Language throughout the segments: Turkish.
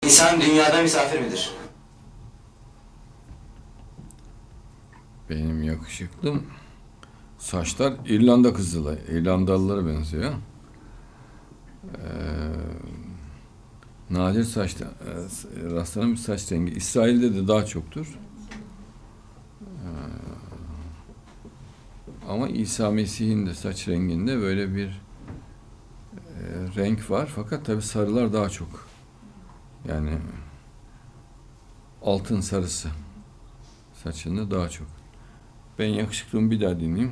İnsan dünyada misafir midir? Benim yakışıklım saçlar İrlanda kızıla, İrlandalılara benziyor. Nadir saçta rastlanan bir saç rengi. İsrail'de de daha çoktur. Ama İsa Mesih'in de saç renginde böyle bir renk var. Fakat tabii sarılar daha çok. Yani altın sarısı saçında daha çok. Ben yakışıklımı bir daha dinleyeyim.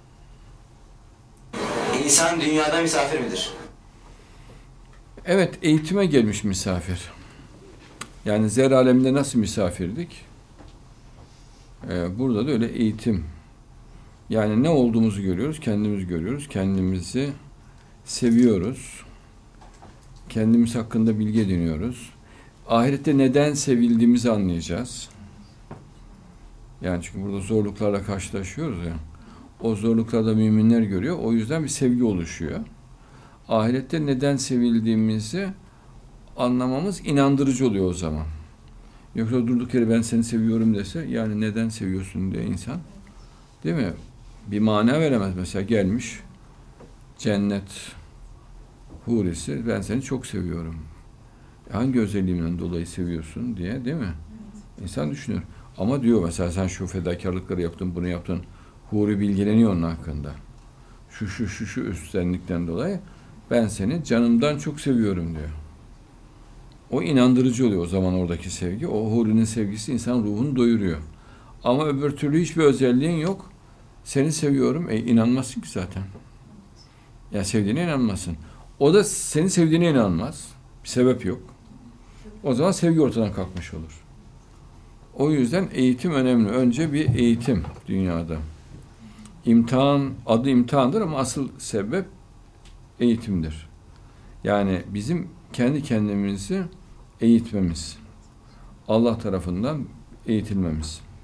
İnsan dünyada misafir midir? Evet, eğitime gelmiş misafir. Yani zer aleminde nasıl misafirdik? Burada da öyle eğitim. Yani ne olduğumuzu görüyoruz, kendimizi görüyoruz, kendimizi seviyoruz. Kendimiz hakkında bilgi ediniyoruz. Ahirette neden sevildiğimizi anlayacağız. Yani çünkü burada zorluklarla karşılaşıyoruz ya. O zorluklarda müminler görüyor. O yüzden bir sevgi oluşuyor. Ahirette neden sevildiğimizi anlamamız inandırıcı oluyor o zaman. Yoksa durduk yere ben seni seviyorum dese, yani neden seviyorsun diye insan, değil mi? Bir mana veremez. Mesela gelmiş cennet hurisi, ben seni çok seviyorum. Hangi özelliğimden dolayı seviyorsun diye, değil mi? İnsan düşünüyor. Ama diyor mesela sen şu fedakarlıkları yaptın, bunu yaptın. Huri bilgileniyor onun hakkında. Şu üstlenlikten dolayı ben seni canımdan çok seviyorum diyor. O inandırıcı oluyor o zaman oradaki sevgi. O hurinin sevgisi insan ruhunu doyuruyor. Ama öbür türlü hiçbir özelliğin yok. Seni seviyorum. İnanmazsın ki zaten. Ya sevdiğine inanmazsın. O da seni sevdiğine inanmaz. Bir sebep yok. O zaman sevgi ortadan kalkmış olur. O yüzden eğitim önemli. Önce bir eğitim dünyada. İmtihan, adı imtihandır ama asıl sebep eğitimdir. Yani bizim kendi kendimizi eğitmemiz. Allah tarafından eğitilmemiz.